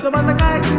戸端会議。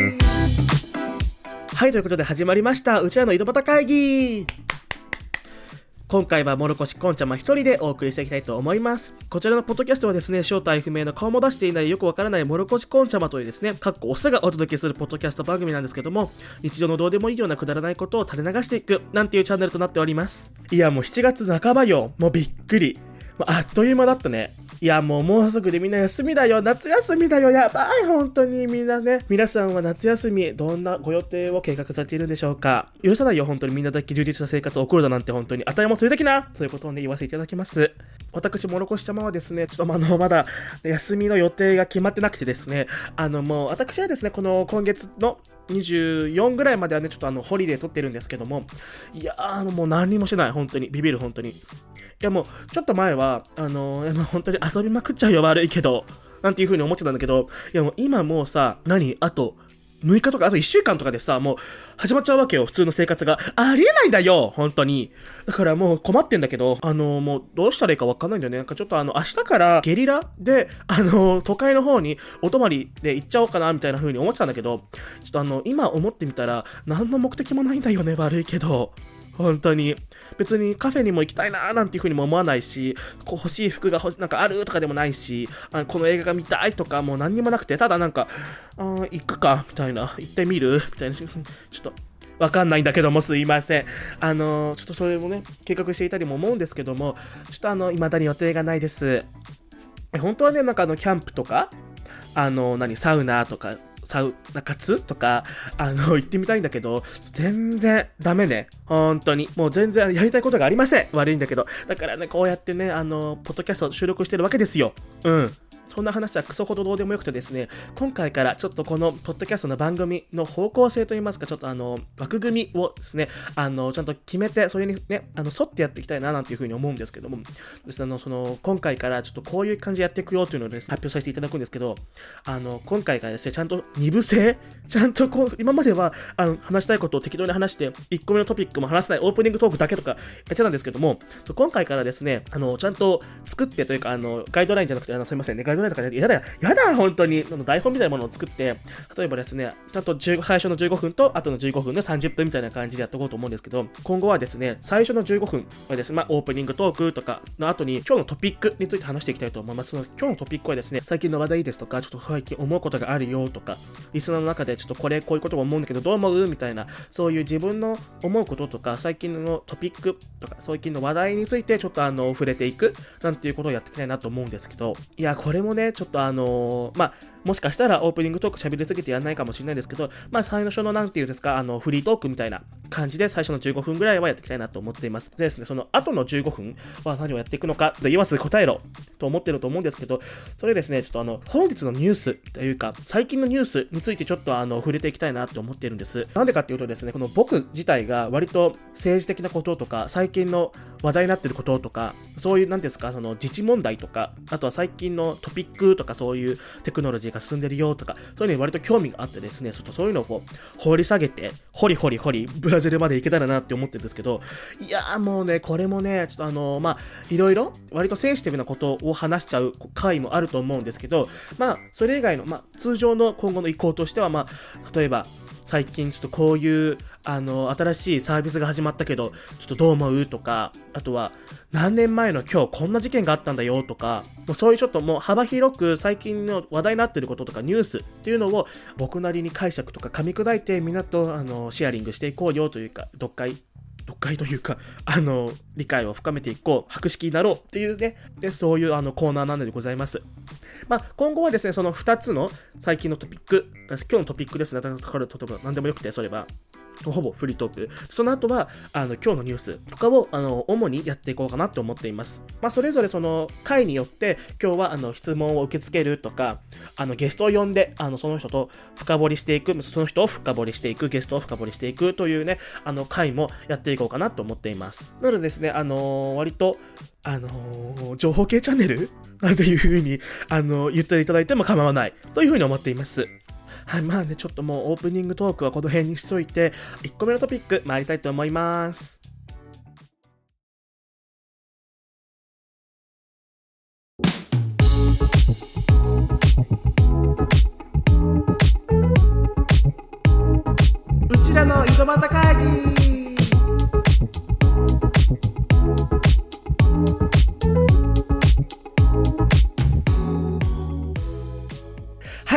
はい、ということで始まりました。うちらの井戸端会議。今回はもろこしこんちゃま一人でお送りしていきたいと思います。こちらのポッドキャストはですね、正体不明の顔も出していないよくわからないもろこしこんちゃまというですね、オスがお届けするポッドキャスト番組なんですけども、日常のどうでもいいようなくだらないことを垂れ流していくなんていうチャンネルとなっております。いやもう7月半ばよ。もうびっくり。あっという間だったね。いやもうすぐでみんな休みだよ。夏休みだよ。やばい。本当にみんなね。皆さんは夏休みどんなご予定を計画されているんでしょうか。許さないよ。本当にみんなだけ充実した生活を送るだなんて本当に当たりも連れてきな。そういうことをね言わせていただきます。私もろこしちゃまはですね、ちょっとまだ休みの予定が決まってなくてですね、もう私はですね、今月の24ぐらいまではね、ちょっとホリデー取ってるんですけども、いやもう何にもしてない。本当にビビる。本当に。いやもうちょっと前は本当に遊びまくっちゃうよ、悪いけどなんていう風に思ってたんだけど、いやもう今もうさ、あと6日とかあと1週間とかでさ、もう始まっちゃうわけよ。普通の生活がありえないんだよ、本当に。だからもう困ってんだけど、もうどうしたらいいかわかんないんだよね。なんかちょっと明日からゲリラで都会の方にお泊まりで行っちゃおうかなみたいな風に思ってたんだけど、ちょっと今思ってみたら何の目的もないんだよね、悪いけど。本当に別にカフェにも行きたいなーなんていう風にも思わないし、欲しい服がなんかあるとかでもないし、この映画が見たいとかもう何にもなくて、ただなんか行くかみたいな、行ってみるみたいな、ちょっとわかんないんだけども、すいません。ちょっとそれもね計画していたりも思うんですけども、ちょっと未だに予定がないです。本当はね、なんかキャンプとかサウナとかサウナ活とか行ってみたいんだけど、全然ダメね。本当にもう全然やりたいことがありません。悪いんだけど。だからね、こうやってねポッドキャストを収録してるわけですよ。そんな話はクソほどどうでもよくてですね、今回からちょっとこのポッドキャストの番組の方向性といいますか、ちょっと枠組みをですね、ちゃんと決めて、それにね、沿ってやっていきたいななんていうふうに思うんですけども、今回からちょっとこういう感じでやっていくよっていうのをです、発表させていただくんですけど、今回からですね、ちゃんと2部制ちゃんと今までは、話したいことを適当に話して、1個目のトピックも話さないオープニングトークだけとかやってたんですけども、今回からですね、ちゃんと作ってというか、ガイドラインじゃなくて、すいませんね、ガイドラインとかやだ本当に台本みたいなものを作って、例えばですね、ちゃんと最初の15分と後の15分の30分みたいな感じでやっていこうと思うんですけど、今後はですね、最初の15分はですね、オープニングトークとかの後に今日のトピックについて話していきたいと思います。その今日のトピックはですね、最近の話題ですとか、ちょっと最近思うことがあるよとか、リスナーの中でちょっとこういうことを思うんだけどどう思うみたいな、そういう自分の思うこととか、最近のトピックとか、最近の話題についてちょっと触れていくなんていうことをやっていきたいなと思うんですけど、いやこれもね、ちょっともしかしたらオープニングトーク喋りすぎてやんないかもしれないですけど、最初のなんていうんですか、フリートークみたいな感じで最初の15分ぐらいはやっていきたいなと思っています。でですね、その後の15分は何をやっていくのか、今すぐ答えろと思ってると思うんですけど、それですね、ちょっと本日のニュースというか、最近のニュースについてちょっと触れていきたいなと思ってるんです。なんでかっていうとですね、この僕自体が割と政治的なこととか、最近の話題になってることとか、そういうなんですか、その自治問題とか、あとは最近のトピックとか、そういうテクノロジーが進んでるよとか、そういうのに割と興味があってですね、そういうのをこう掘り下げて、掘りブラジルまで行けたらなって思ってるんですけど、いやーもうね、これもね、ちょっといろいろ割とセンシティブなことを話しちゃう回もあると思うんですけど、それ以外の通常の今後の意向としては、例えば最近ちょっとこういう新しいサービスが始まったけどちょっとどう思うとか、あとは何年前の今日こんな事件があったんだよとか、もうそういうちょっともう幅広く最近の話題になっていることとかニュースっていうのを僕なりに解釈とか噛み砕いてみんなとシェアリングしていこうよというか、読解というか理解を深めていこう、博識になろうっていうね、でそういうコーナーなのでございます。今後はですね、その2つの最近のトピック、今日のトピックですね、だから何でもよくて、それはほぼフリートーク。その後は今日のニュースとかを主にやっていこうかなと思っています。それぞれその回によって今日は質問を受け付けるとか、ゲストを呼んでその人と深掘りしていく、その人を深掘りしていく、ゲストを深掘りしていくというね回もやっていこうかなと思っています。なのでですね、割と情報系チャンネルなんていう風に言っていただいても構わないという風に思っています。はい、ちょっともうオープニングトークはこの辺にしといて、1個目のトピック参りたいと思います。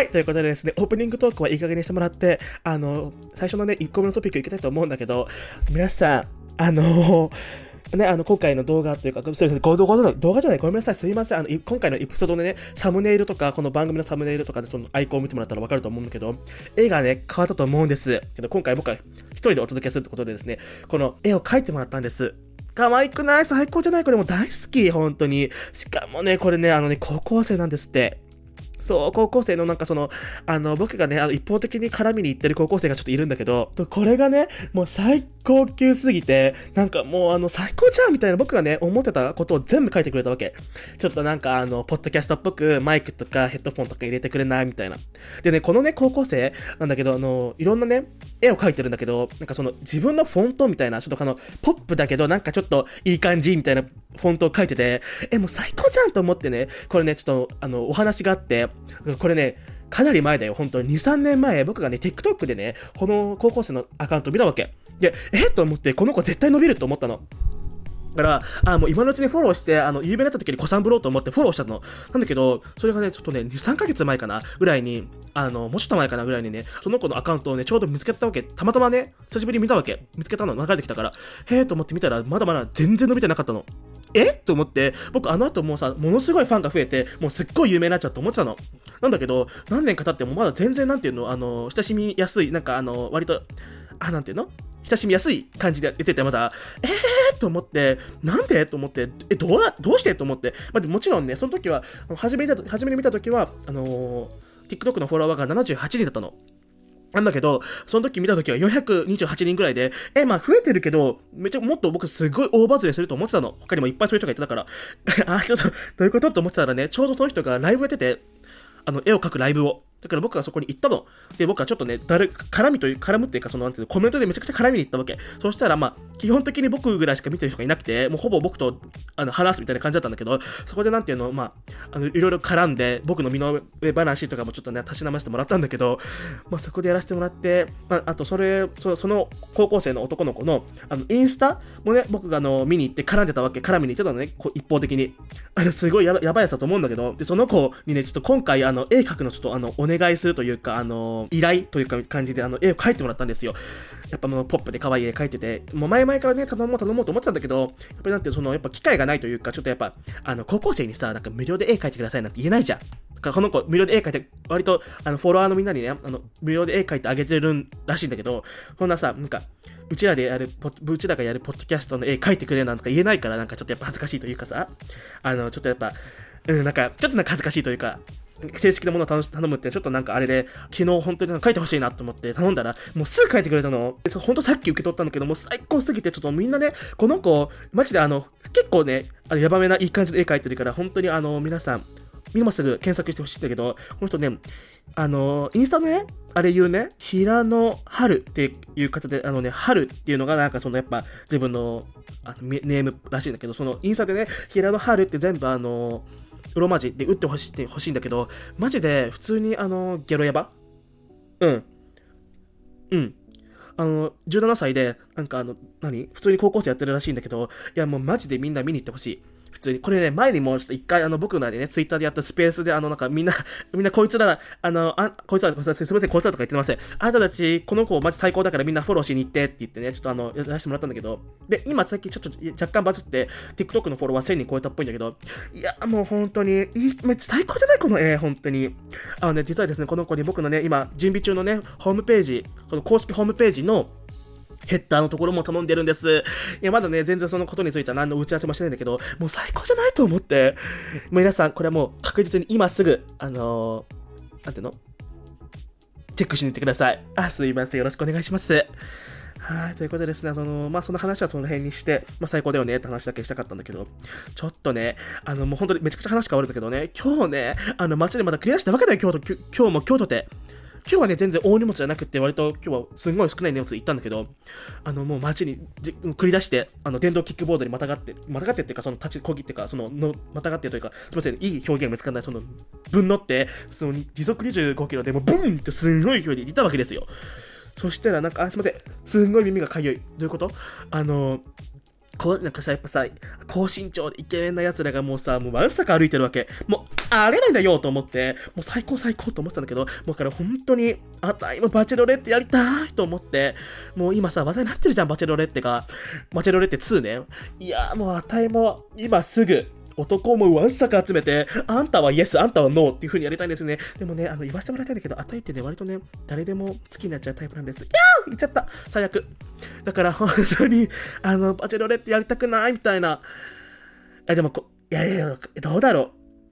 はいということでですね、オープニングトークはいい加減にしてもらって、最初のね、1個目のトピックいきたいと思うんだけど、皆さん、今回の動画というか、そうですね、動画じゃない、ごめんなさい、すいません。今回のエピソードでね、サムネイルとか、この番組のサムネイルとかで、そのアイコンを見てもらったらわかると思うんだけど、絵がね、変わったと思うんです。けど、今回僕は一人でお届けするってことでですね、この絵を描いてもらったんです。可愛くない？最高じゃない？これもう大好き、本当に。しかもね、これね、高校生なんですって。そう、高校生の僕がね、一方的に絡みに行ってる高校生がちょっといるんだけど、これがね、もう最高級すぎて、もう最高じゃんみたいな僕がね、思ってたことを全部書いてくれたわけ。ちょっとポッドキャストっぽくマイクとかヘッドフォンとか入れてくれないみたいな。でね、このね、高校生なんだけど、いろんなね、絵を描いてるんだけど、自分のフォントみたいな、ちょっとポップだけど、ちょっといい感じみたいなフォントを書いてて、もう最高じゃんと思ってね、これね、ちょっと、お話があって、これね、かなり前だよ、本当に。2、3年前、僕がね、TikTok でね、この高校生のアカウント見たわけ。で、と思って、この子絶対伸びると思ったの。だから、もう今のうちにフォローして、有名になった時に子さんぶろうと思ってフォローしたの。なんだけど、それがね、ちょっとね、2、3ヶ月前かなぐらいに、もうちょっと前かなぐらいにね、その子のアカウントをね、ちょうど見つけたわけ。たまたまね、久しぶりに見たわけ。見つけたの、流れてきたから。と思って見たら、まだまだ全然伸びてなかったの。と思って、僕後もうさ、ものすごいファンが増えて、もうすっごい有名になっちゃうと思ってたの。なんだけど、何年か経ってもまだ全然親しみやすい、割と、なんていうの？親しみやすい感じで出てて、まだ、と思って、なんでと思って、どうしてと思って、もちろんね、その時は、初めに見た時は、TikTok のフォロワーが78人だったの。なんだけど、その時見た時は428人ぐらいで、増えてるけど、もっと僕すごい大バズりすると思ってたの。他にもいっぱいそういう人がいてたから、ちょっと、どういうことと思ってたらね、ちょうどその人がライブやってて、絵を描くライブを。だから僕がそこに行ったの。で、僕はちょっとね、絡むっていうか、コメントでめちゃくちゃ絡みに行ったわけ。そしたら、基本的に僕ぐらいしか見てる人がいなくて、もうほぼ僕と、話すみたいな感じだったんだけど、そこでいろいろ絡んで、僕の身の上話とかもちょっとね、たしなませてもらったんだけど、そこでやらせてもらって、あと、その高校生の男の子の、インスタもね、僕が見に行って絡みに行ってたのね、一方的に。すごいやばいやつだと思うんだけど、で、その子にね、ちょっと今回、絵描くのちょっと、お願いするというか、依頼というか感じで、絵を描いてもらったんですよ。やっぱもう、ポップで可愛い絵描いてて、もう前々からね、頼もうと思ってたんだけど、やっぱりやっぱ機会がないというか、ちょっとやっぱ、高校生にさ、無料で絵描いてくださいなんて言えないじゃん。だからこの子、無料で絵描いて、割と、フォロワーのみんなにね、無料で絵描いてあげてるらしいんだけど、こんなさ、うちらがやるポッドキャストの絵描いてくれなんとか言えないから、ちょっとやっぱ恥ずかしいというかさ、ちょっとやっぱ、ちょっと恥ずかしいというか、正式なものを頼むってちょっとあれで、昨日本当に書いてほしいなと思って頼んだら、もうすぐ書いてくれたの。ほんとさっき受け取ったんだけど、もう最高すぎて、ちょっとみんなね、この子、マジで結構ね、やばめないい感じで絵描いてるから、本当に皆さん、今すぐ検索してほしいんだけど、この人ね、インスタのね、あれ言うね、平野春っていう方で、春っていうのがやっぱ自分のネームらしいんだけど、そのインスタでね、平野春って全部ローマ字で打ってほしいんだけど、マジで普通にゲロヤバ？うん。17歳で、普通に高校生やってるらしいんだけど、いやもうマジでみんな見に行ってほしい。普通に。これね、前にもちょっと一回僕のね、ツイッターでやったスペースでみんなこいつら、こいつら、すいません、こいつらとか言ってません。あなたたち、この子マジ最高だからみんなフォローしに行ってって言ってね、ちょっとやらせてもらったんだけど、で、今さっきちょっと若干バズって、TikTok のフォロワー1000人超えたっぽいんだけど、いや、もう本当に、最高じゃないこの絵、本当に。実はですね、この子に僕のね、今、準備中のね、ホームページ、この公式ホームページの、ヘッダーのところも頼んでるんです。いや、まだね、全然そのことについては何の打ち合わせもしてないんだけど、もう最高じゃないと思って。もう皆さん、これはもう確実に今すぐ、なんていうの？チェックしに行ってください。すいません。よろしくお願いします。はい、ということでですね、その話はその辺にして、最高だよねって話だけしたかったんだけど、ちょっとね、もう本当にめちゃくちゃ話変わるんだけどね、今日ね、街でまたクリアしたわけだよ、今日も京都で。今日はね、全然大荷物じゃなくて、割と今日はすんごい少ない荷物で行ったんだけど、もう街に繰り出して、電動キックボードにまたがってっていうか、立ちこぎっていうか、またがってというか、すみません、いい表現が見つからない、ぶん乗って、時速25キロでもうブンってすんごい勢いで行ったわけですよ。そしたらすみません、すんごい耳がかゆい。どういうこと？やっぱさ、高身長でイケメンな奴らがもうワンスタカ歩いてるわけ。もう、 あれないんだよと思って、もう最高と思ってたんだけど、もうだから本当に、あたいもバチェロレッテやりたいと思って、もう今さ、話題になってるじゃん、バチェロレッテ2ね。いやーもうあたいも、今すぐ、男もわんさか集めて、あんたはイエス、あんたはノーっていう風にやりたいんですね。でもね、言わせてもらいたいんだけど、あたいってね、割とね、誰でも好きになっちゃうタイプなんです。言っちゃった。最悪。だから本当に、バチェロレッテやりたくないみたいな。でもいや、どうだろう。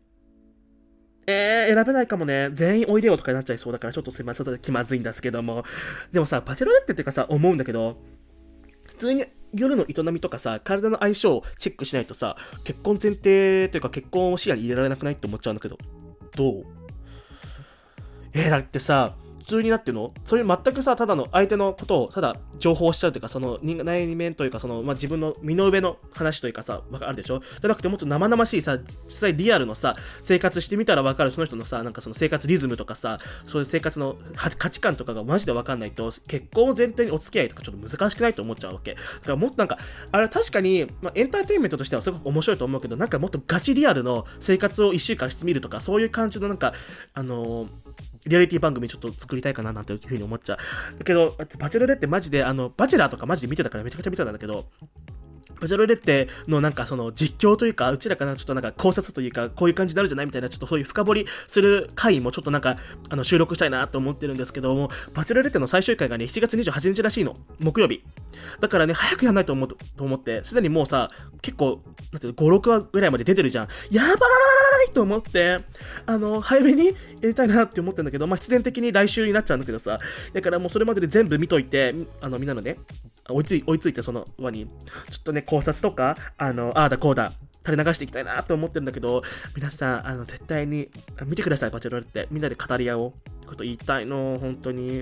選べないかもね。全員おいでよとかになっちゃいそうだから、ちょっとすいません、気まずいんですけども。でもさ、バチェロレッテっていうかさ、思うんだけど、普通に夜の営みとかさ、体の相性をチェックしないとさ、結婚前提というか結婚を視野に入れられなくないって思っちゃうんだけど、どう？だってさ、普通になってるのそういう全くさ、ただの相手のことをただ情報をしちゃうというか、その内面というか、その、自分の身の上の話というかさ、あるでしょ？じゃなくてもっと生々しいさ、実際リアルのさ、生活してみたらわかるその人のさ、なんかその生活リズムとかさ、そういう生活の価値観とかがマジでわかんないと、結婚を前提にお付き合いとかちょっと難しくないと思っちゃうわけ。だからもっとなんか、あれ確かに、エンターテインメントとしてはすごく面白いと思うけど、なんかもっとガチリアルの生活を1週間してみるとか、そういう感じのなんか、リアリティ番組ちょっと作りたいかななんていう風に思っちゃう。だけど、バチェロレってマジで、バチェラーとかマジで見てたからめちゃくちゃ見てたんだけど、バチェロレッテのなんかその実況というか、うちらかなちょっとなんか考察というか、こういう感じになるじゃないみたいな、ちょっとそういう深掘りする回もちょっとなんか、収録したいなと思ってるんですけども、バチェロレッテの最終回がね、7月28日らしいの。木曜日。だからね、早くやんないと思って、すでにもうさ、結構、なんていうの、5、6話ぐらいまで出てるじゃん。やばーいと思って、早めにやりたいなって思ってるんだけど、必然的に来週になっちゃうんだけどさ、だからもうそれまでで全部見といて、みんなのね、追いついてその輪に、ちょっとね、考察とか、ああだこうだ、垂れ流していきたいなと思ってるんだけど、皆さん、絶対に、見てください、バチェロレッテ。みんなで語り合おう。こと言いたいの、本当に。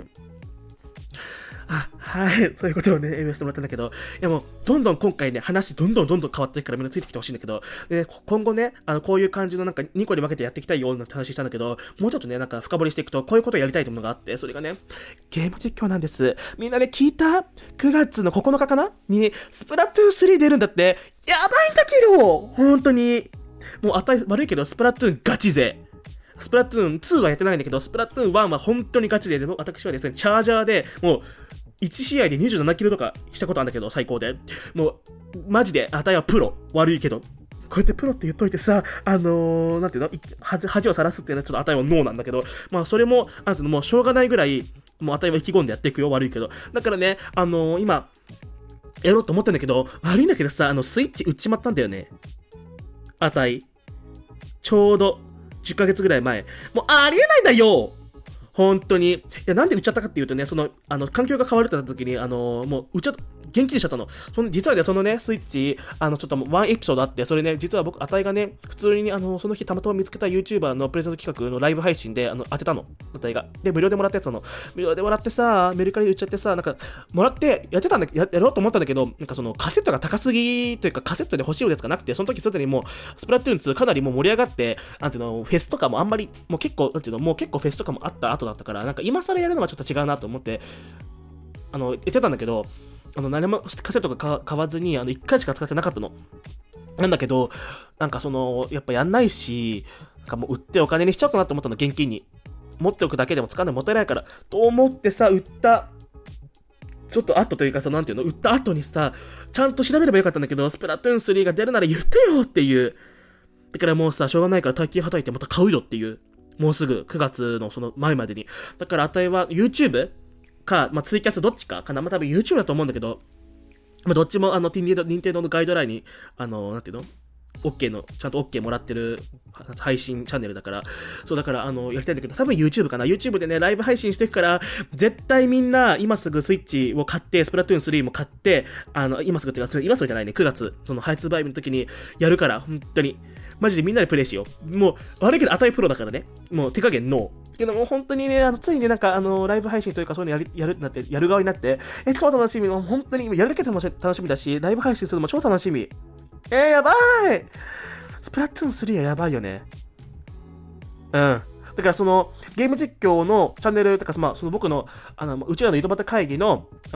はい。そういうことをね、言わせてもらったんだけど、いやもう、どんどん今回ね、話どんどん変わっていくからみんなついてきてほしいんだけど、で、今後ね、こういう感じのなんか2個に分けてやっていきたいような話したんだけど、もうちょっとね、なんか深掘りしていくと、こういうことをやりたいというものがあって、それがね、ゲーム実況なんです。みんなね、聞いた ?9 月の9日かなに、スプラトゥーン3出るんだって、やばいんだけど本当に。もう悪いけど、スプラトゥーンガチ勢。スプラトゥーン2はやってないんだけど、スプラトゥーン1は本当にガチで、私はですね、チャージャーで、もう、1試合で27キロとかしたことあるんだけど、最高で。もう、マジで、あたいはプロ。悪いけど。こうやってプロって言っといてさ、なんていうの恥をさらすっていうのはちょっとあたいはノーなんだけど、それも、もうしょうがないぐらい、もうあたいは意気込んでやっていくよ、悪いけど。だからね、今、やろうと思ってんだけど、悪いんだけどさ、スイッチ売っちまったんだよね。あたい。ちょうど、10ヶ月ぐらい前。もうありえないんだよ本当に。いや、なんで売っちゃったかっていうとね、環境が変わるってなった時に、もう、売っちゃった、現金にしちゃったの。実はね、そのね、スイッチ、ちょっとワンエピソードあって、それね、実は僕、あたいがね、普通にその日たまたま見つけた YouTuber のプレゼント企画のライブ配信で、当てたの。あたいが。で、無料でもらったやつなの。無料でもらってさ、メルカリで売っちゃってさ、なんか、もらって、やろうと思ったんだけど、なんかカセットが高すぎというか、カセットで欲しいやつがなくて、その時すでにもう、スプラトゥーン2かなりもう盛り上がって、フェスとかもあんまり、もう結構フェスとかもあった後だったから、なんか今更やるのはちょっと違うなと思って、言ってたんだけど、何もカセットが買わずに、1回しか使ってなかったの。なんだけど、なんかやっぱやんないし、なんかもう売ってお金にしちゃおうかなと思ったの、現金に。持っておくだけでも使うのもったいないから、と思ってさ、売った、ちょっと後というかなんていうの、売った後にさ、ちゃんと調べればよかったんだけど、スプラトゥーン3が出るなら言ってよっていう。だからもうさ、しょうがないから大金はたいてまた買うよっていう。もうすぐ9月のその前までに。だからあたいは YouTube か、ツイキャスどっちかかな。多分 YouTube だと思うんだけど、どっちも任天堂のガイドラインに、なんていうのOK の、ちゃんと OK もらってる配信チャンネルだから、そうだから、やりたいんだけど、多分 YouTube かな。YouTube でね、ライブ配信していくから、絶対みんな、今すぐスイッチを買って、スプラトゥーン3も買って、今すぐっていうか、今すぐじゃないね、9月、その発売日の時にやるから、本当に。マジでみんなでプレイしよう。もう、悪いけど、あたいプロだからね。もう、手加減ノー。けども、本当にね、ついになんか、ライブ配信というか、そういうのやるってなって、やる側になって、超楽しみ。もう本当に、やるだけでも楽しみだし、ライブ配信するのも超楽しみ。やばいスプラトゥーン3はやばいよね。うん。だからゲーム実況のチャンネルとか、その僕の、うちらの井戸端会議の、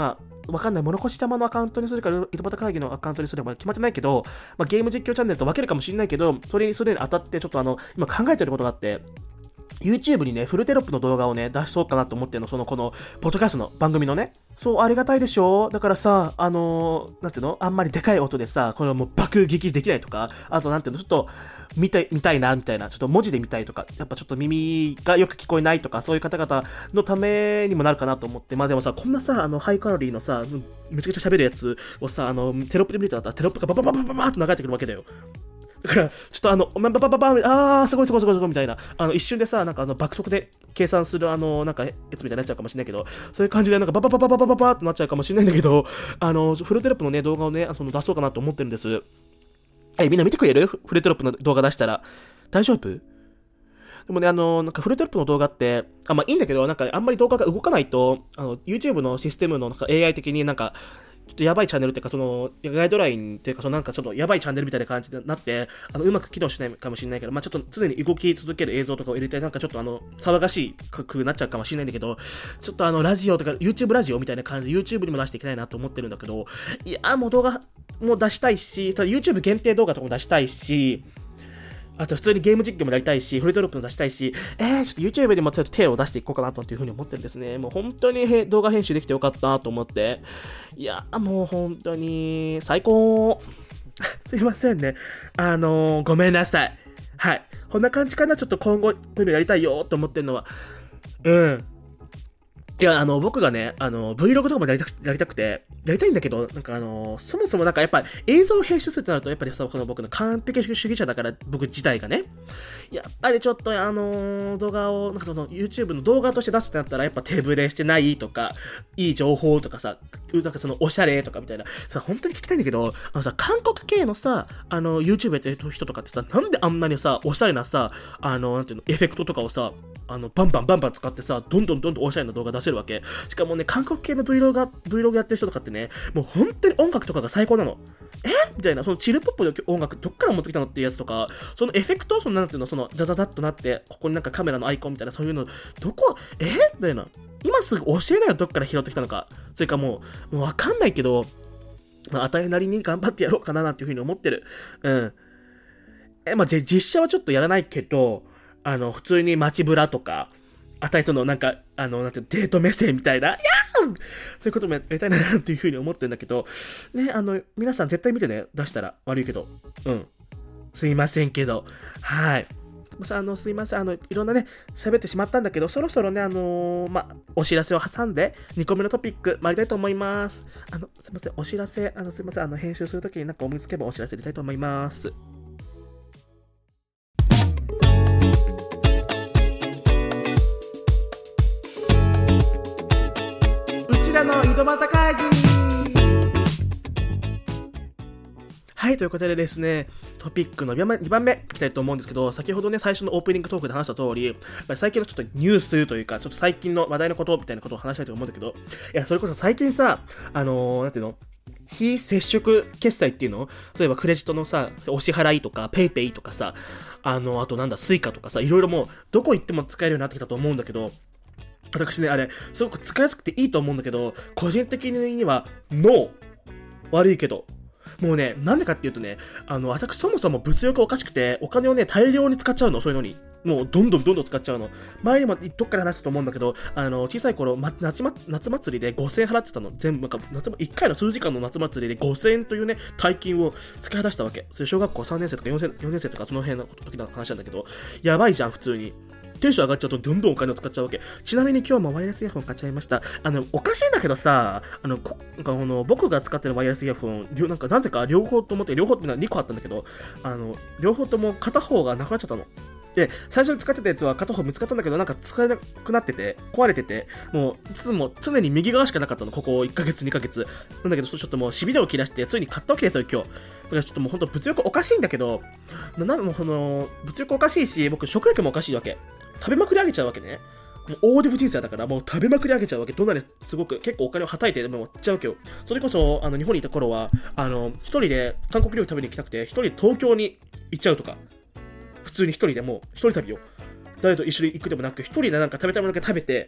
わかんない。モノコシ玉のアカウントにするか、井戸端会議のアカウントにするか決まってないけど、ゲーム実況チャンネルと分けるかもしれないけど、それに当たって、ちょっと今考えてることがあって、YouTube にね、フルテロップの動画をね、出そうかなと思ってるの。この、ポッドキャストの番組のね。そう、ありがたいでしょ？だからさ、なんていうの？あんまりでかい音でさ、これもう爆撃できないとか、あとなんていうの？ちょっと、見たいな、みたいな。ちょっと文字で見たいとか、やっぱちょっと耳がよく聞こえないとか、そういう方々のためにもなるかなと思って。でもさ、こんなさ、ハイカロリーのさ、めちゃくちゃ喋るやつをさ、テロップで見るとだったら、テロップがババババババーっと流れてくるわけだよ。だから、ちょっとすごいみたいな、一瞬でさ、なんか爆速で計算するなんか、やつみたいになっちゃうかもしれないけど、そういう感じでなんかババってなっちゃうかもしれないんだけど、フルテロップのね、動画をね、出そうかなと思ってるんです。みんな見てくれる？フルテロップの動画出したら。大丈夫？でもね、なんかフルテロップの動画って、いいんだけど、なんかあんまり動画が動かないと、YouTube のシステムのなんか AI 的になんか、ちょっとやばいチャンネルっていうか、ガイドラインっていうか、なんかちょっとやばいチャンネルみたいな感じになって、うまく起動しないかもしれないけど、ちょっと常に動き続ける映像とかを入れて、なんかちょっと騒がしくなっちゃうかもしれないんだけど、ちょっとラジオとか、YouTube ラジオみたいな感じで YouTube にも出していきたいなと思ってるんだけど、いや、もう動画も出したいし、YouTube 限定動画とかも出したいし、あと普通にゲーム実況もやりたいし、フルテロップも出したいし、ちょっと YouTube にもちょっと手を出していこうかなというふうに思ってるんですね。もう本当に動画編集できてよかったと思って。いや、もう本当に最高。すいませんね。ごめんなさい。はい。こんな感じかな。ちょっと今後、こういうのやりたいよと思ってるのは。いや、僕がね、Vlog とかもやりたくて、やりたいんだけど、なんかそもそもなんかやっぱ映像を編集するってなると、やっぱりこの僕の完璧主義者だから、僕自体がね、やっぱりちょっと動画を、なんかYouTube の動画として出すってなったら、やっぱ手ぶれしてないとか、いい情報とかさ、なんかおしゃれとかみたいな、さ、本当に聞きたいんだけど、韓国系のさ、YouTube やってる人とかってさ、なんであんなにさ、おしゃれなさ、なんていうの、エフェクトとかをさ、バンバン使ってさ、どんどんおしゃれな動画出せるわけ。しかもね、韓国系の Vlog やってる人とかってね、もう本当に音楽とかが最高なの。みたいな、チルポップの音楽どっから持ってきたのっていうやつとか、そのエフェクト、なんていうの、ザザザッとなって、ここになんかカメラのアイコンみたいな、そういうの、みたいな。今すぐ教えないよ、どっから拾ってきたのか。それかもうわかんないけど、あたりなりに頑張ってやろうかな、なんていうふうに思ってる。実写はちょっとやらないけど、普通に街ブラとか、あたりとのなんか、なんてデート目線みたいな、そういうこともやりたいなっていう風に思ってるんだけど、ね、皆さん絶対見てね、出したら悪いけど、すいませんけど、はい。すいません、いろんなね、喋ってしまったんだけど、そろそろね、お知らせを挟んで、2個目のトピック、参りたいと思います。すいません、お知らせ、すいません、編集するときになんか思いつけばお知らせ入れたいと思います。の井戸端会議。はい、ということでですね、トピックの2番目いきたいと思うんですけど、先ほどね、最初のオープニングトークで話した通り、最近のちょっとニュースというか、ちょっと最近の話題のことみたいなことを話したいと思うんだけど、いや、それこそ最近さ、なんていうの、非接触決済っていうの？例えばクレジットのさ、お支払いとか、ペイペイとかさ、あとなんだ、スイカとかさ、いろいろもう、どこ行っても使えるようになってきたと思うんだけど、私ね、あれ、すごく使いやすくていいと思うんだけど、個人的には、悪いけど。もうね、なんでかっていうとね、私そもそも物欲おかしくて、お金をね、大量に使っちゃうの、そういうのに。もう、どんどん使っちゃうの。前にもどっから話したと思うんだけど、小さい頃、夏祭りで5000円払ってたの。全部、1回の数時間の夏祭りで5000円というね、大金を使い出したわけ。それ小学校3年生とか4年生とかその辺の時の話なんだけど、やばいじゃん、普通に。テンション上がっちゃうとどんどんお金を使っちゃうわけ。ちなみに今日もワイヤレスイヤホン買っちゃいました。おかしいんだけどさ、僕が使ってるワイヤレスイヤホン、なぜか両方ともって両方ってのは2個あったんだけど、両方とも片方がなくなっちゃったの。で、最初に使ってたやつは片方見つかったんだけど、なんか使えなくなってて、壊れてて、もう常に右側しかなかったの、ここ1ヶ月、2ヶ月。なんだけど、ちょっともうしびれを切らして、ついに買ったわけですよ、今日。だからちょっともうほんと物欲おかしいんだけど、物欲おかしいし、僕食欲もおかしいわけ。食べまくり上げちゃうわけね。もう大デブ人生だからもう食べまくり上げちゃうわけ。どんなにすごく結構お金をはたいてもうっちゃうわけよ。それこそ日本にいた頃は一人で韓国料理食べに行きたくて一人で東京に行っちゃうとか。普通に一人でもう一人旅よ。誰と一緒に行くでもなく一人でなんか食べたいものだけ食べて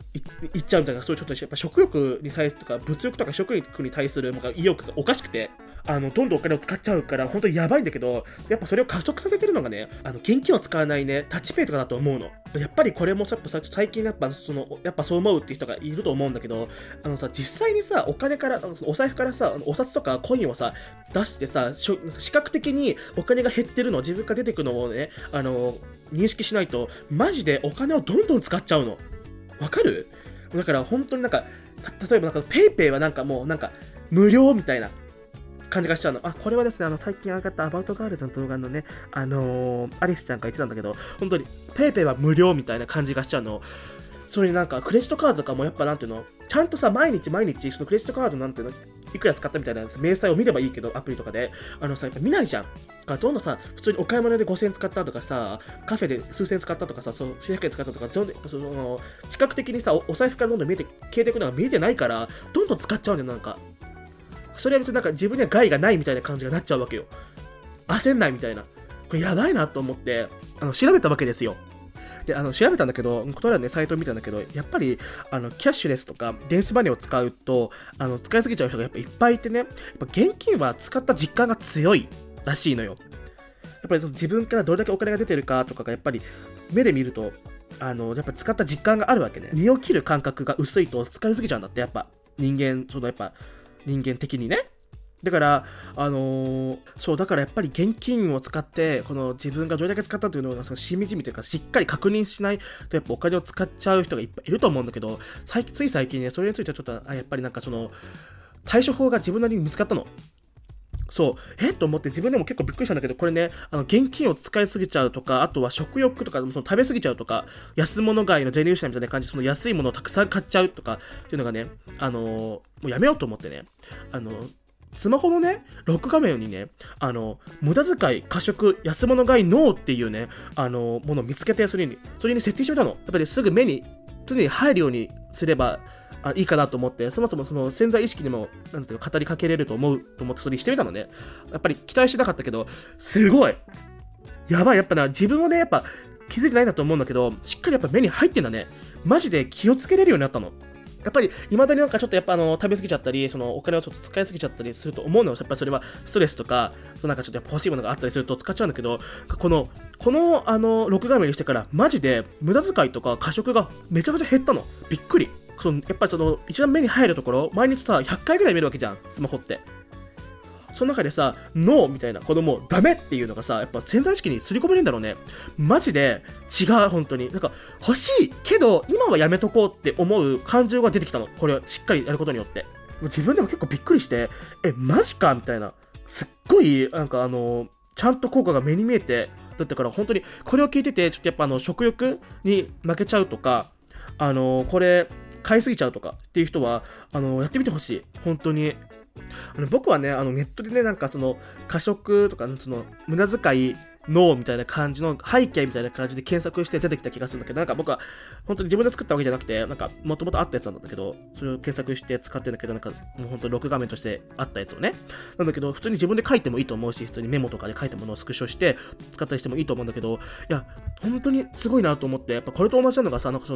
いっちゃうみたいな、そういうちょっとやっぱ食欲に対するとか、物欲とか食欲に対するなんか意欲がおかしくて、どんどんお金を使っちゃうから、本当にやばいんだけど、やっぱそれを加速させてるのがね、現金を使わないね、タッチペイとかだと思うの。やっぱりこれもさ、最近やっぱそう思うっていう人がいると思うんだけど、実際にさ、お金から、お財布からさ、お札とかコインをさ、出してさ、視覚的にお金が減ってるの、自分が出てくるのをね、認識しないと、マジでお金をどんどん使っちゃうの。わかる？だから本当になんか、例えばなんかペイペイはなんかもうなんか無料みたいな感じがしちゃうの。これはですね、最近上がったアバウトガールズの動画のね、アリスちゃんが言ってたんだけど、本当にペイペイは無料みたいな感じがしちゃうの。それになんかクレジットカードとかもやっぱなんていうの、ちゃんとさ、毎日そのクレジットカードなんていうの、いくら使ったみたいな明細を見ればいいけど、アプリとかで、やっぱ見ないじゃん。だからどんどんさ、普通にお買い物で5000円使ったとかさ、カフェで数千使ったとかさ、数百円使ったとか、視覚的にさ、お財布からどんどん消えていくのが見えてないから、どんどん使っちゃうんだよ、なんか。それは別になんか自分には害がないみたいな感じがなっちゃうわけよ。焦んないみたいな。これやばいなと思って、調べたわけですよ。で、調べたんだけど、この間ね、サイトを見たんだけど、やっぱり、キャッシュレスとか、電子マネーを使うと、使いすぎちゃう人がやっぱいっぱいいてね、やっぱ現金は使った実感が強いらしいのよ。やっぱり自分からどれだけお金が出てるかとかが、やっぱり、目で見ると、やっぱ使った実感があるわけね。身を切る感覚が薄いと使いすぎちゃうんだって、やっぱ、人間的にね。だから、だからやっぱり現金を使って、この自分がどれだけ使ったというのを、しみじみというか、しっかり確認しないと、やっぱお金を使っちゃう人がいっぱいいると思うんだけど、つい最近ね、それについてはちょっと、やっぱりなんか対処法が自分なりに見つかったの。そう。と思って自分でも結構びっくりしたんだけど、これね、現金を使いすぎちゃうとか、あとは食欲とか、食べすぎちゃうとか、安物買いのゼニューシャみたいな感じで、安いものをたくさん買っちゃうとか、っていうのがね、もうやめようと思ってね、スマホのね、ロック画面にね、無駄遣い、過食、安物買い、ノーっていうね、ものを見つけて、それに設定してみたの。やっぱりすぐ目に、常に入るようにすれば、いいかなと思って、そもそもその潜在意識にも、語りかけれると思って、それにしてみたのね。やっぱり期待してなかったけど、すごいやばい、やっぱ自分をね、やっぱ気づいてないんだと思うんだけど、しっかりやっぱ目に入ってんだね。マジで気をつけれるようになったの。やっぱり、未だになんかちょっとやっぱ食べ過ぎちゃったり、お金をちょっと使い過ぎちゃったりすると思うのよ。やっぱりそれはストレスとか、なんかちょっとやっぱ欲しいものがあったりすると使っちゃうんだけど、この録画面にしてから、マジで無駄遣いとか過食がめちゃくちゃ減ったの。びっくり。やっぱり一番目に入るところ、毎日さ、100回ぐらい見るわけじゃん、スマホって。その中でさ、ノーみたいな、もうダメっていうのがさ、やっぱ潜在意識に刷り込めるんだろうね。マジで違う、本当に。なんか、欲しいけど、今はやめとこうって思う感情が出てきたの。これをしっかりやることによって。自分でも結構びっくりして、マジかみたいな。すっごい、なんかちゃんと効果が目に見えて、だったから本当に、これを聞いてて、ちょっとやっぱ食欲に負けちゃうとか、これ、買いすぎちゃうとかっていう人は、やってみてほしい。本当に。僕はね、ネットでね、なんか過食とか、無駄遣い、ノーみたいな感じの背景みたいな感じで検索して出てきた気がするんだけど、なんか僕は本当に自分で作ったわけじゃなくて、なんかもともとあったやつなんだけど、それを検索して使ってるんだけど、なんかもう本当に録画面としてあったやつをね。なんだけど、普通に自分で書いてもいいと思うし、普通にメモとかで書いたものをスクショして使ったりしてもいいと思うんだけど、いや、本当にすごいなと思って、やっぱこれと同じなのがさ、なんか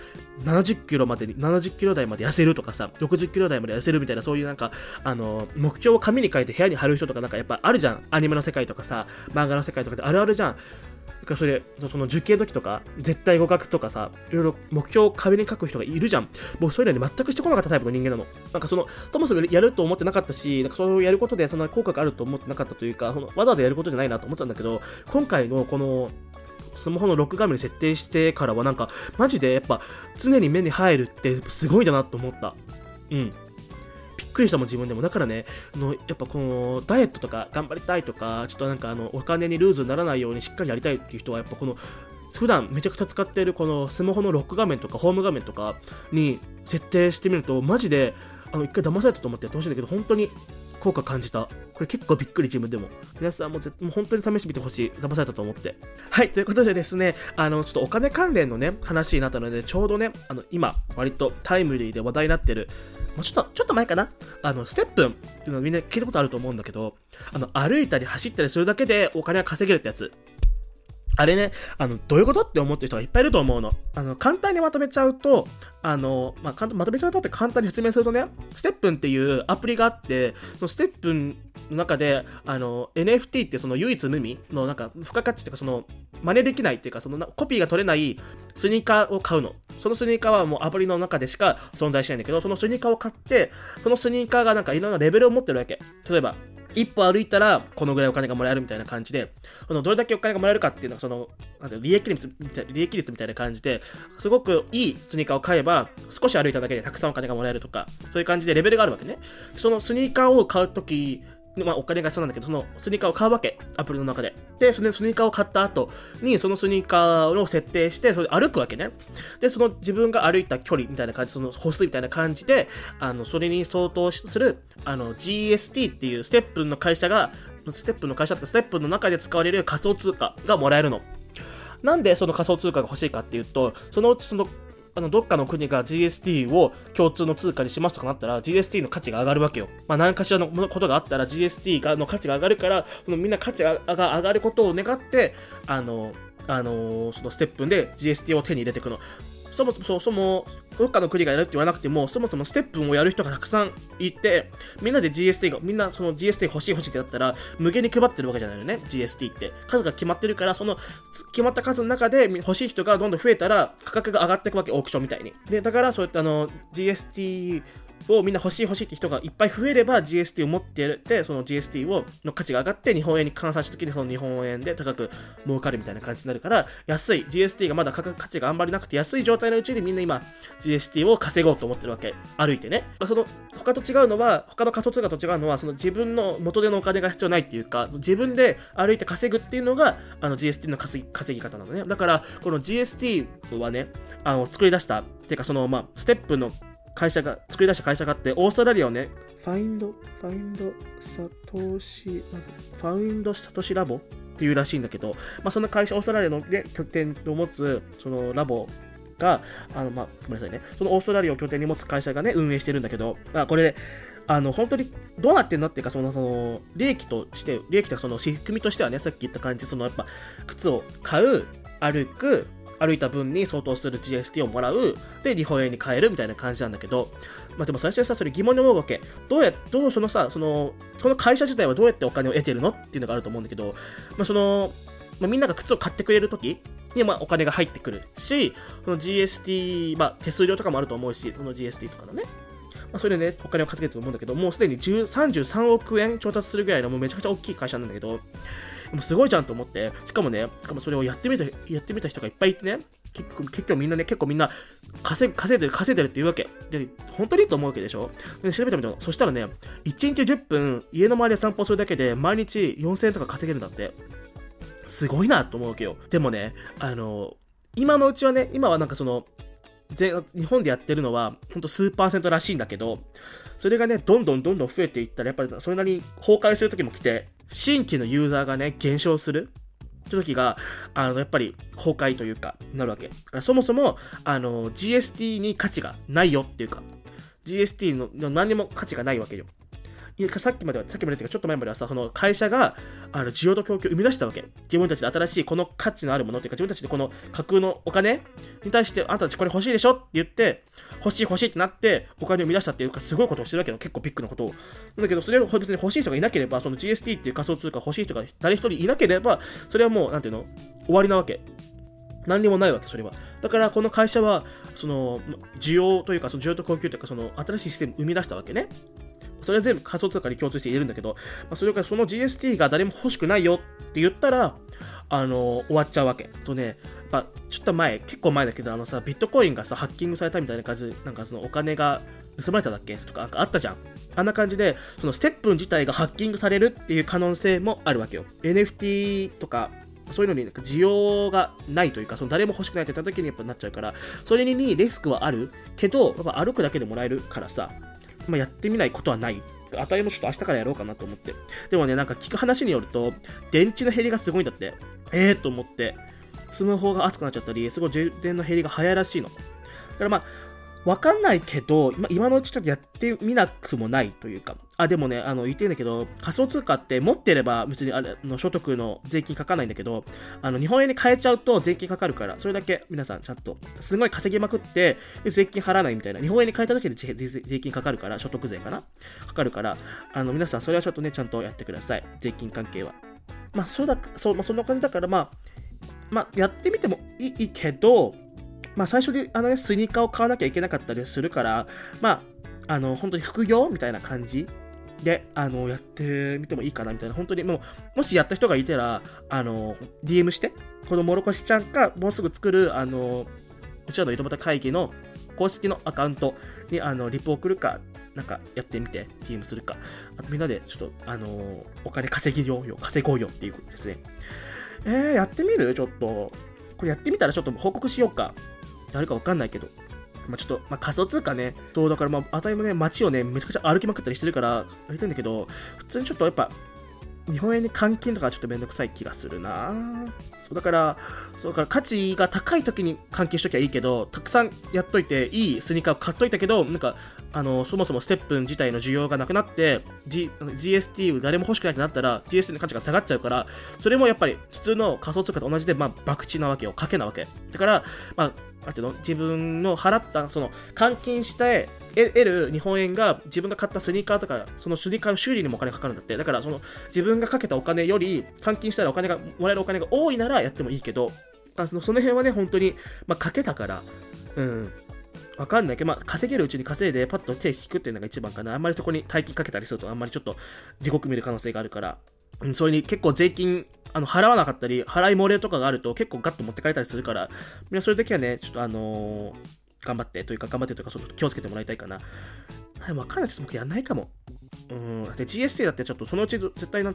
70キロ台まで痩せるとかさ、60キロ台まで痩せるみたいな、そういうなんか、目標を紙に書いて部屋に貼る人とかなんかやっぱあるじゃん。アニメの世界とかさ、漫画の世界とかであるあるじゃん。だからそれ、受験時とか、絶対合格とかさ、いろいろ目標を壁に書く人がいるじゃん。僕そういうのに全くしてこなかったタイプの人間なの。なんかそもそもやると思ってなかったし、なんかそれをやることでそんな効果があると思ってなかったというか、わざわざやることじゃないなと思ったんだけど、今回のこの、スマホのロック画面に設定してからはなんか、マジでやっぱ常に目に入るってすごいだなと思った。うん。びっくりしたもん自分でも。だからね、やっぱこのダイエットとか頑張りたいとか、ちょっとなんかお金にルーズにならないようにしっかりやりたいっていう人はやっぱ普段めちゃくちゃ使っているこのスマホのロック画面とかホーム画面とかに設定してみると、マジで一回騙されたと思ってやってほしいんだけど、本当に効果感じた。これ結構びっくり自分でも。皆さんももう本当に試してみてほしい。騙されたと思って。はい、ということでですね、ちょっとお金関連のね、話になったので、ちょうどね、今、割とタイムリーで話題になってる、もうちょっと前かな、ステップンっていうのみんな聞いたことあると思うんだけど、歩いたり走ったりするだけでお金が稼げるってやつ。 あれね、どういうことって思ってる人がいっぱいいると思うの。簡単にまとめちゃうと、まとめちゃうとって簡単に説明するとね、ステップンっていうアプリがあって、そのステップンの中で、NFT ってその唯一無二のなんか、付加価値っていうか、その、真似できないっていうか、そのコピーが取れないスニーカーを買うの。そのスニーカーはもうアプリの中でしか存在しないんだけど、そのスニーカーを買って、そのスニーカーがなんかいろんなレベルを持ってるわけ。例えば、一歩歩いたらこのぐらいお金がもらえるみたいな感じで、どれだけお金がもらえるかっていうのはその利益率みたいな感じで、すごくいいスニーカーを買えば少し歩いただけでたくさんお金がもらえるとか、そういう感じでレベルがあるわけね。そのスニーカーを買うとき、お金が必要なんだけど、そのスニーカーを買うわけ、アプリの中で。で、そのスニーカーを買った後に、そのスニーカーを設定して、それで歩くわけね。で、その自分が歩いた距離みたいな感じ、その歩数みたいな感じで、それに相当する、GST っていうステップンの会社とかステップンの中で使われる仮想通貨がもらえるの。なんでその仮想通貨が欲しいかっていうと、そのうちどっかの国が GST を共通の通貨にしますとかなったら GST の価値が上がるわけよ。何かしらのことがあったら GST の価値が上がるから、みんな価値が上がることを願って、そのステップンで GST を手に入れていくの。そもそもどっかの国がやるって言わなくても、そもそもステップンをやる人がたくさんいて、みんなみんなその GST 欲しいってなったら無限に配ってるわけじゃないよね。 GST って数が決まってるから、その決まった数の中で欲しい人がどんどん増えたら価格が上がっていくわけ、オークションみたいに。でだからそういったGSTをみんな欲しいって人がいっぱい増えれば GST を持ってて、その GST の価値が上がって日本円に換算した時にその日本円で高く儲かるみたいな感じになるから、安い GST がまだ価値があんまりなくて安い状態のうちにみんな今 GST を稼ごうと思ってるわけ、歩いてね。その他の仮想通貨と違うのは、その自分の元手のお金が必要ないっていうか、自分で歩いて稼ぐっていうのがGST の稼ぎ方なのね。だからこの GST はね、作り出したっていうか、ステップの作り出した会社があって、オーストラリアをね、ファインドサトシラボっていうらしいんだけど、その会社、オーストラリアの、ね、拠点を持つ、そのラボが、ごめんなさいね、そのオーストラリアを拠点に持つ会社がね、運営してるんだけど、これ、本当にどうなってんのっていうか、その利益とその仕組みとしてはね、さっき言った感じ、やっぱ、靴を買う、歩いた分に相当する GST をもらう、で日本円に変えるみたいな感じなんだけど、でも最初にそれ疑問に思うわけ。その会社自体はどうやってお金を得てるのっていうのがあると思うんだけど、みんなが靴を買ってくれるときにお金が入ってくるし、その GST、手数料とかもあると思うし、その GST とかのね、それでね、お金を稼げてると思うんだけど、もうすでに33億円調達するぐらいのもうめちゃくちゃ大きい会社なんだけど、もうすごいじゃんと思って、しかもそれをやってみた人がいっぱいいてね、結構みんな稼いでるって言うわけで、本当にいいと思うわけでしょ。で調べてみたの。そしたらね、1日10分家の周りを散歩するだけで毎日4000円とか稼げるんだって。すごいなと思うわけよ。でもね、今のうちはね、今はなんか日本でやってるのはほんと数%らしいんだけど、それがね、どんどん増えていったら、やっぱりそれなりに崩壊する時も来て、新規のユーザーがね、減少するって時が、やっぱり崩壊というか、なるわけ。そもそも、GST に価値がないよっていうか、GST の何にも価値がないわけよ。さっきまでちょっと前まではさ、その会社が需要と供給を生み出したわけ。自分たちで新しいこの価値のあるものっていうか、自分たちでこの架空のお金に対して、あんたたちこれ欲しいでしょって言って、欲しいってなってお金を生み出したっていうか、すごいことをしてるわけよ。結構ビッグなことを。だけど、それを別に欲しい人がいなければ、その GST っていう仮想通貨欲しい人が誰一人いなければ、それはもう、終わりなわけ。何にもないわけ、それは。だから、この会社は、需要と供給というか、新しいシステムを生み出したわけね。それは全部仮想通貨に共通して言えるんだけど、それからその GST が誰も欲しくないよって言ったら、終わっちゃうわけ。ちょっと結構前だけど、ビットコインがハッキングされたみたいな感じで、お金が盗まれただっけとか、あったじゃん。あんな感じで、そのステップン自体がハッキングされるっていう可能性もあるわけよ。NFT とか、そういうのに需要がないというか、誰も欲しくないって言った時にやっぱなっちゃうから、それにリスクはあるけど、やっぱ歩くだけでもらえるからさ、やってみないことはない。あたりもちょっと明日からやろうかなと思って。でもね、聞く話によると、電池の減りがすごいんだって。と思って、スマホが熱くなっちゃったり、すごい充電の減りが早いらしいの。だからわかんないけど、今のうちちょっとやってみなくもないというか、 でもね、言ってんだけど、仮想通貨って持ってれば別にあれの所得の税金かかないんだけど、日本円に変えちゃうと税金かかるから、それだけ皆さんちゃんと、すごい稼ぎまくって、税金払わないみたいな、日本円に変えただけで税金かかるから、所得税かなかかるから、皆さんそれはちょっとね、ちゃんとやってください。税金関係は。そんな感じだから、やってみてもいいけど、最初にスニーカーを買わなきゃいけなかったりするから、本当に副業みたいな感じで、やってみてもいいかなみたいな、本当にもしやった人がいたら、DM して、このもろこしちゃんか、もうすぐ作る、うちらの井戸端会議の公式のアカウントに、リプ送るか、なんかやってみて、DM するか、みんなでちょっと、お金稼ごうよっていうことですね。やってみる？ちょっと。これやってみたらちょっと報告しようか。やるかわかんないけど。ちょっと、仮想通貨ね。だからあたりもね、街をね、めちゃくちゃ歩きまくったりしてるから、やりたいんだけど、普通にちょっとやっぱ、日本円に換金とかちょっとめんどくさい気がするな。だから価値が高い時に換金しときゃいいけど、たくさんやっといて、いいスニーカーを買っといたけど、なんか、そもそもステップン自体の需要がなくなって、GST を誰も欲しくないってなったら、GST の価値が下がっちゃうから、それもやっぱり普通の仮想通貨と同じで、博打なわけよ。賭けなわけ。だから、自分の払った、換金して得る日本円が自分が買ったスニーカーとか、そのスニーカーの修理にもお金かかるんだって。だから、自分がかけたお金より、換金したらもらえるお金が多いならやってもいいけど、その辺はね、本当に、かけたから、わかんないけど、稼げるうちに稼いで、パッと手引くっていうのが一番かな。あんまりそこに大金かけたりすると、あんまりちょっと地獄見る可能性があるから、それに結構税金、払わなかったり、払い漏れとかがあると結構ガッと持ってかれたりするから、みんなそれだけはね、ちょっと頑張ってというか、ちょっと気をつけてもらいたいかな。わかんない。ちょっと僕やんないかも。で、GST だってちょっとそのうち絶対根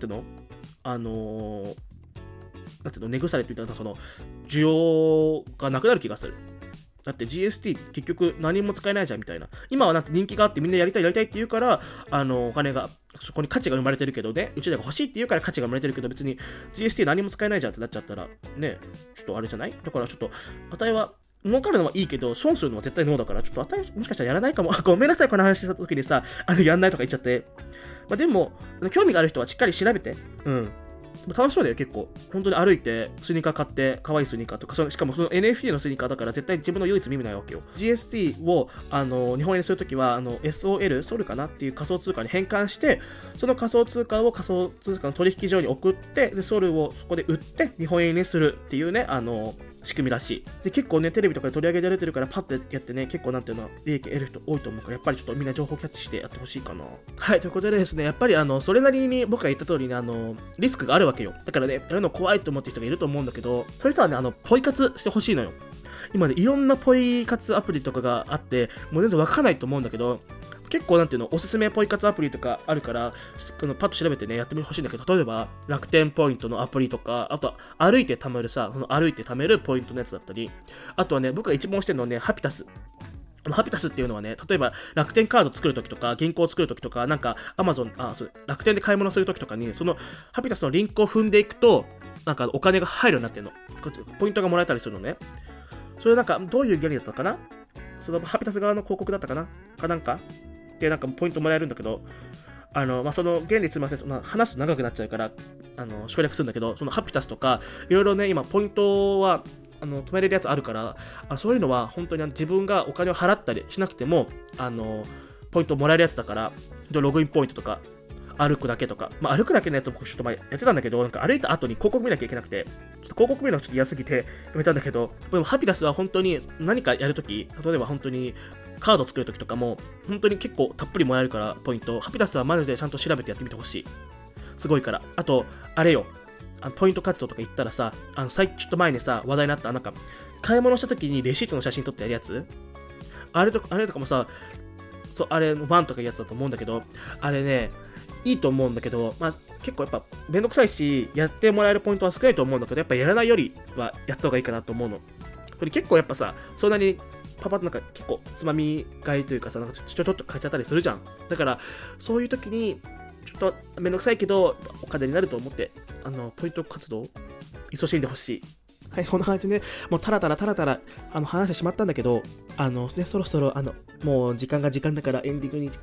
腐れって言ったら、需要がなくなる気がする。だって GST 結局何も使えないじゃんみたいな。今は人気があってみんなやりたいって言うから、お金が、そこに価値が生まれてるけどね、うちらが欲しいって言うから価値が生まれてるけど、別に GST 何も使えないじゃんってなっちゃったら、ね、ちょっとあれじゃない？だからちょっと、あたいは、儲かるのはいいけど、損するのは絶対ノーだから、ちょっとあたい、もしかしたらやらないかも。ごめんなさい、この話した時にさ、やんないとか言っちゃって。でも、興味がある人はしっかり調べて、楽しそうだよ、結構。本当に歩いて、スニーカー買って、可愛いスニーカーとか、しかもその NFT のスニーカーだから絶対自分の唯一耳ないわけよ。GST を、日本円にするときは、ソルかなっていう仮想通貨に変換して、その仮想通貨を仮想通貨の取引所に送って、で、ソルをそこで売って、日本円にするっていうね、仕組みらしい。で、結構ね、テレビとかで取り上げられてるから、パッとやってね、結構利益得る人多いと思うから、やっぱりちょっとみんな情報キャッチしてやってほしいかな。はい、ということでですね、やっぱりそれなりに僕が言った通りに、リスクがあるわけよ。だからね、やるの怖いと思ってる人がいると思うんだけど、そういう人はね、ポイ活してほしいのよ。今ね、いろんなポイ活アプリとかがあって、もう全然わかんないと思うんだけど、結構おすすめポイ活アプリとかあるから、パッと調べてね、やってみてほしいんだけど、例えば、楽天ポイントのアプリとか、あとは歩いて貯める歩いて貯めるポイントのやつだったり、あとはね、僕が一番推してるのはね、ハピタス。ハピタスっていうのはね、例えば楽天カード作るときとか、銀行作るときとか、楽天で買い物するときとかに、そのハピタスのリンクを踏んでいくと、お金が入るようになってるの。ポイントがもらえたりするのね。それどういう原理だったかな？そのハピタス側の広告だったかな？で、ポイントもらえるんだけど、その原理すみません、話すと長くなっちゃうから、省略するんだけど、そのハピタスとか、いろいろね、今、ポイントは、止めれるやつあるから、そういうのは本当に自分がお金を払ったりしなくても、ポイントもらえるやつだから、ログインポイントとか、歩くだけとか、歩くだけのやつ僕ちょっと前やってたんだけど、歩いた後に広告見なきゃいけなくて、ちょっと広告見るのがちょっと嫌すぎてやめたんだけど、でもハピタスは本当に何かやるとき、例えば本当にカード作るときとかも、本当に結構たっぷりもらえるから、ポイント。ハピタスはマジでちゃんと調べてやってみてほしい。すごいから。あと、あれよ。ポイント活動とか行ったらさ、ちょっと前にさ、話題になった、買い物したときにレシートの写真撮ってやるやつあれとかもさ、あれ、ワンとかいうやつだと思うんだけど、あれね、いいと思うんだけど、結構やっぱ、めんどくさいし、やってもらえるポイントは少ないと思うんだけど、やっぱやらないよりはやった方がいいかなと思うの。これ結構やっぱさ、そんなに、パパッと結構つまみ買いというかさ、ちょっと買っちゃったりするじゃん。だから、そういう時に、ちょっとめんどくさいけど、お金になると思って、ポイント活動、勤しんでほしい。はい、こんな感じでね、もうタラタラ話してしまったんだけど、そろそろ、もう時間だからエンディングに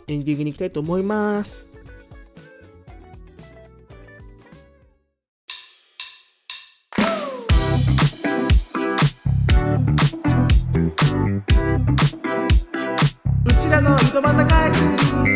エンディングに行きたいと思います。うちらの井戸端会議。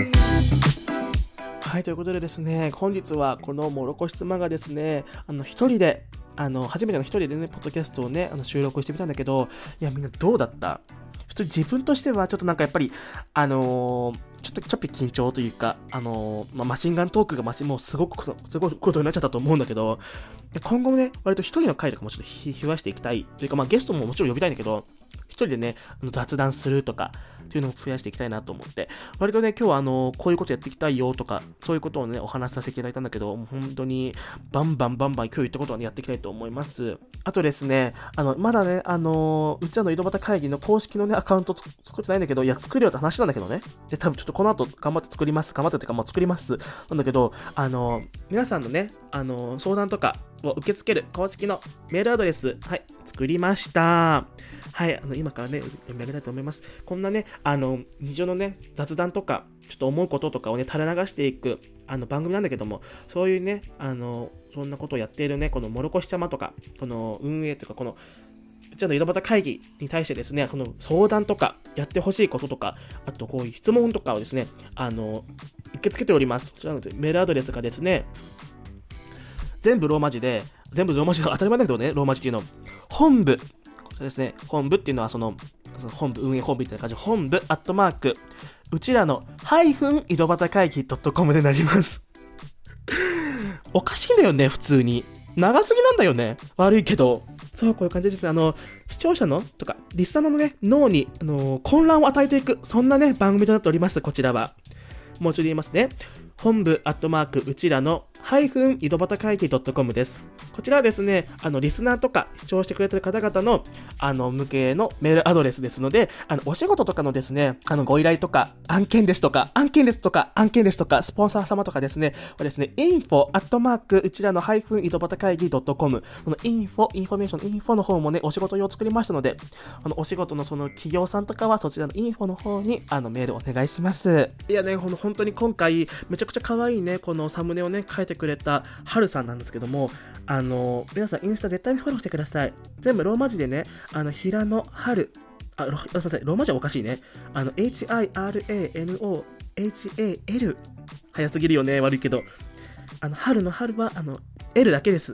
はい、ということでですね、本日はこのもろこし妻がですね、一人で、初めての一人でね、ポッドキャストをね、収録してみたんだけど、いや、みんなどうだった？普通自分としては、ちょっとなんかやっぱり、ちょっと緊張というか、マシンガントークがもうすごくことになっちゃったと思うんだけど、今後もね、割と一人の回とかもちょっと増やしていきたい。というか、ゲストももちろん呼びたいんだけど、一人でね、雑談するとか、っていうのを増やしていきたいなと思って、割とね、今日はこういうことやっていきたいよとか、そういうことをね、お話しさせていただいたんだけど、もう本当に、バンバン今日言ったことはね、やっていきたいと思います。あとですね、まだね、うちらの井戸端会議の公式のね、アカウント作ってないんだけど、いや、作るよって話なんだけどね。で、多分ちょっとこの後頑張って作ります。頑張ってっていうか、もう作ります。なんだけど、皆さんのね、相談とかを受け付ける公式のメールアドレス、はい、作りました。はい、今からね、読み上げたいと思います。こんなね、日常のね、雑談とか、ちょっと思うこととかをね、垂れ流していく、番組なんだけども、そういうね、そんなことをやっているね、このもろこしちゃまとか、この運営というか、この、うちの井戸端会議に対してですね、この相談とか、やってほしいこととか、あとこういう質問とかをですね、受け付けております。こちらのメールアドレスがですね、全部ローマ字の当たり前だけどね、ローマ字っていうの、本部、そうですね、本部っていうのは本部、運営本部みたいな感じで、本部、うちらの井戸端会議 .com でなります。おかしいんだよね、普通に。長すぎなんだよね。悪いけど。そう、こういう感じですね。視聴者のとか、リスナーのね、脳に、混乱を与えていく、そんなね、番組となっております、こちらは。もう一度言いますね。本部、うちらの井戸端会議 .com です。こちらはですね、リスナーとか視聴してくれてる方々の、向けのメールアドレスですので、お仕事とかのですね、ご依頼とか、案件ですとか、スポンサー様とかですね、はですね、うちらの井戸端会議 .com、このインフォの方もね、お仕事用作りましたので、お仕事のその企業さんとかは、そちらのインフォの方に、メールお願いします。いやね、本当に今回、めちゃくちゃ可愛いね、このサムネをね、書いてくれたはるさんなんですけども、皆さんインスタ絶対にフォローしてください。全部ローマ字でね、平野春、すみません、ローマ字はおかしいね。HIRANOHAL。早すぎるよね、悪いけど。春の春は、L だけです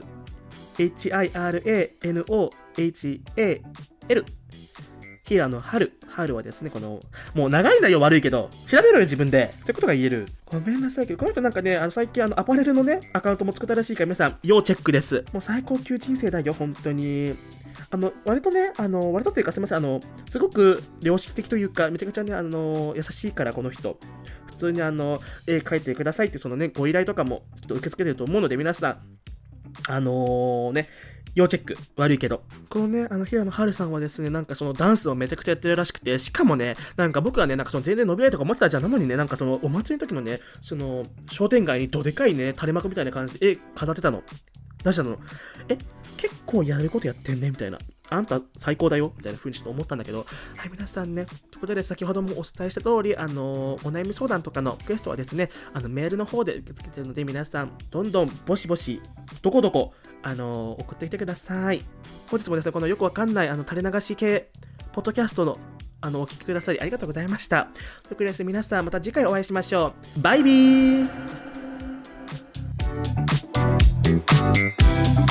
。HIRANOHAL。平野春はですね、もう長いんだよ、悪いけど。調べろよ、自分で。そういうことが言える。ごめんなさいけど、この人なんかね、最近アパレルのね、アカウントも作ったらしいから、皆さん、要チェックです。もう最高級人生だよ、本当に。割とね、割とというかすみません、すごく良識的というか、めちゃくちゃね、優しいから、この人。普通に絵描いてくださいって、そのね、ご依頼とかも、ちょっと受け付けてると思うので、皆さん、要チェック。悪いけど。このね、平野春さんはですね、なんかダンスをめちゃくちゃやってるらしくて、しかもね、なんか僕はね、なんか全然伸びないとか思ってたじゃん。なのにね、なんかお祭りの時のね、商店街にどでかいね、垂れ幕みたいな感じで絵飾ってたの。出したの。結構やることやってんね、みたいな。あんた最高だよみたいな風にちょっと思ったんだけど、はい、皆さんね、ということで先ほどもお伝えした通り、お悩み相談とかのリクエストはですね、メールの方で受け付けてるので、皆さん、どんどんボシボシ、どこどこ、送ってきてください。本日もですね、このよくわかんない、垂れ流し系、ポッドキャストの、お聞きくださりありがとうございました。ということでですね、皆さん、また次回お会いしましょう。バイビー。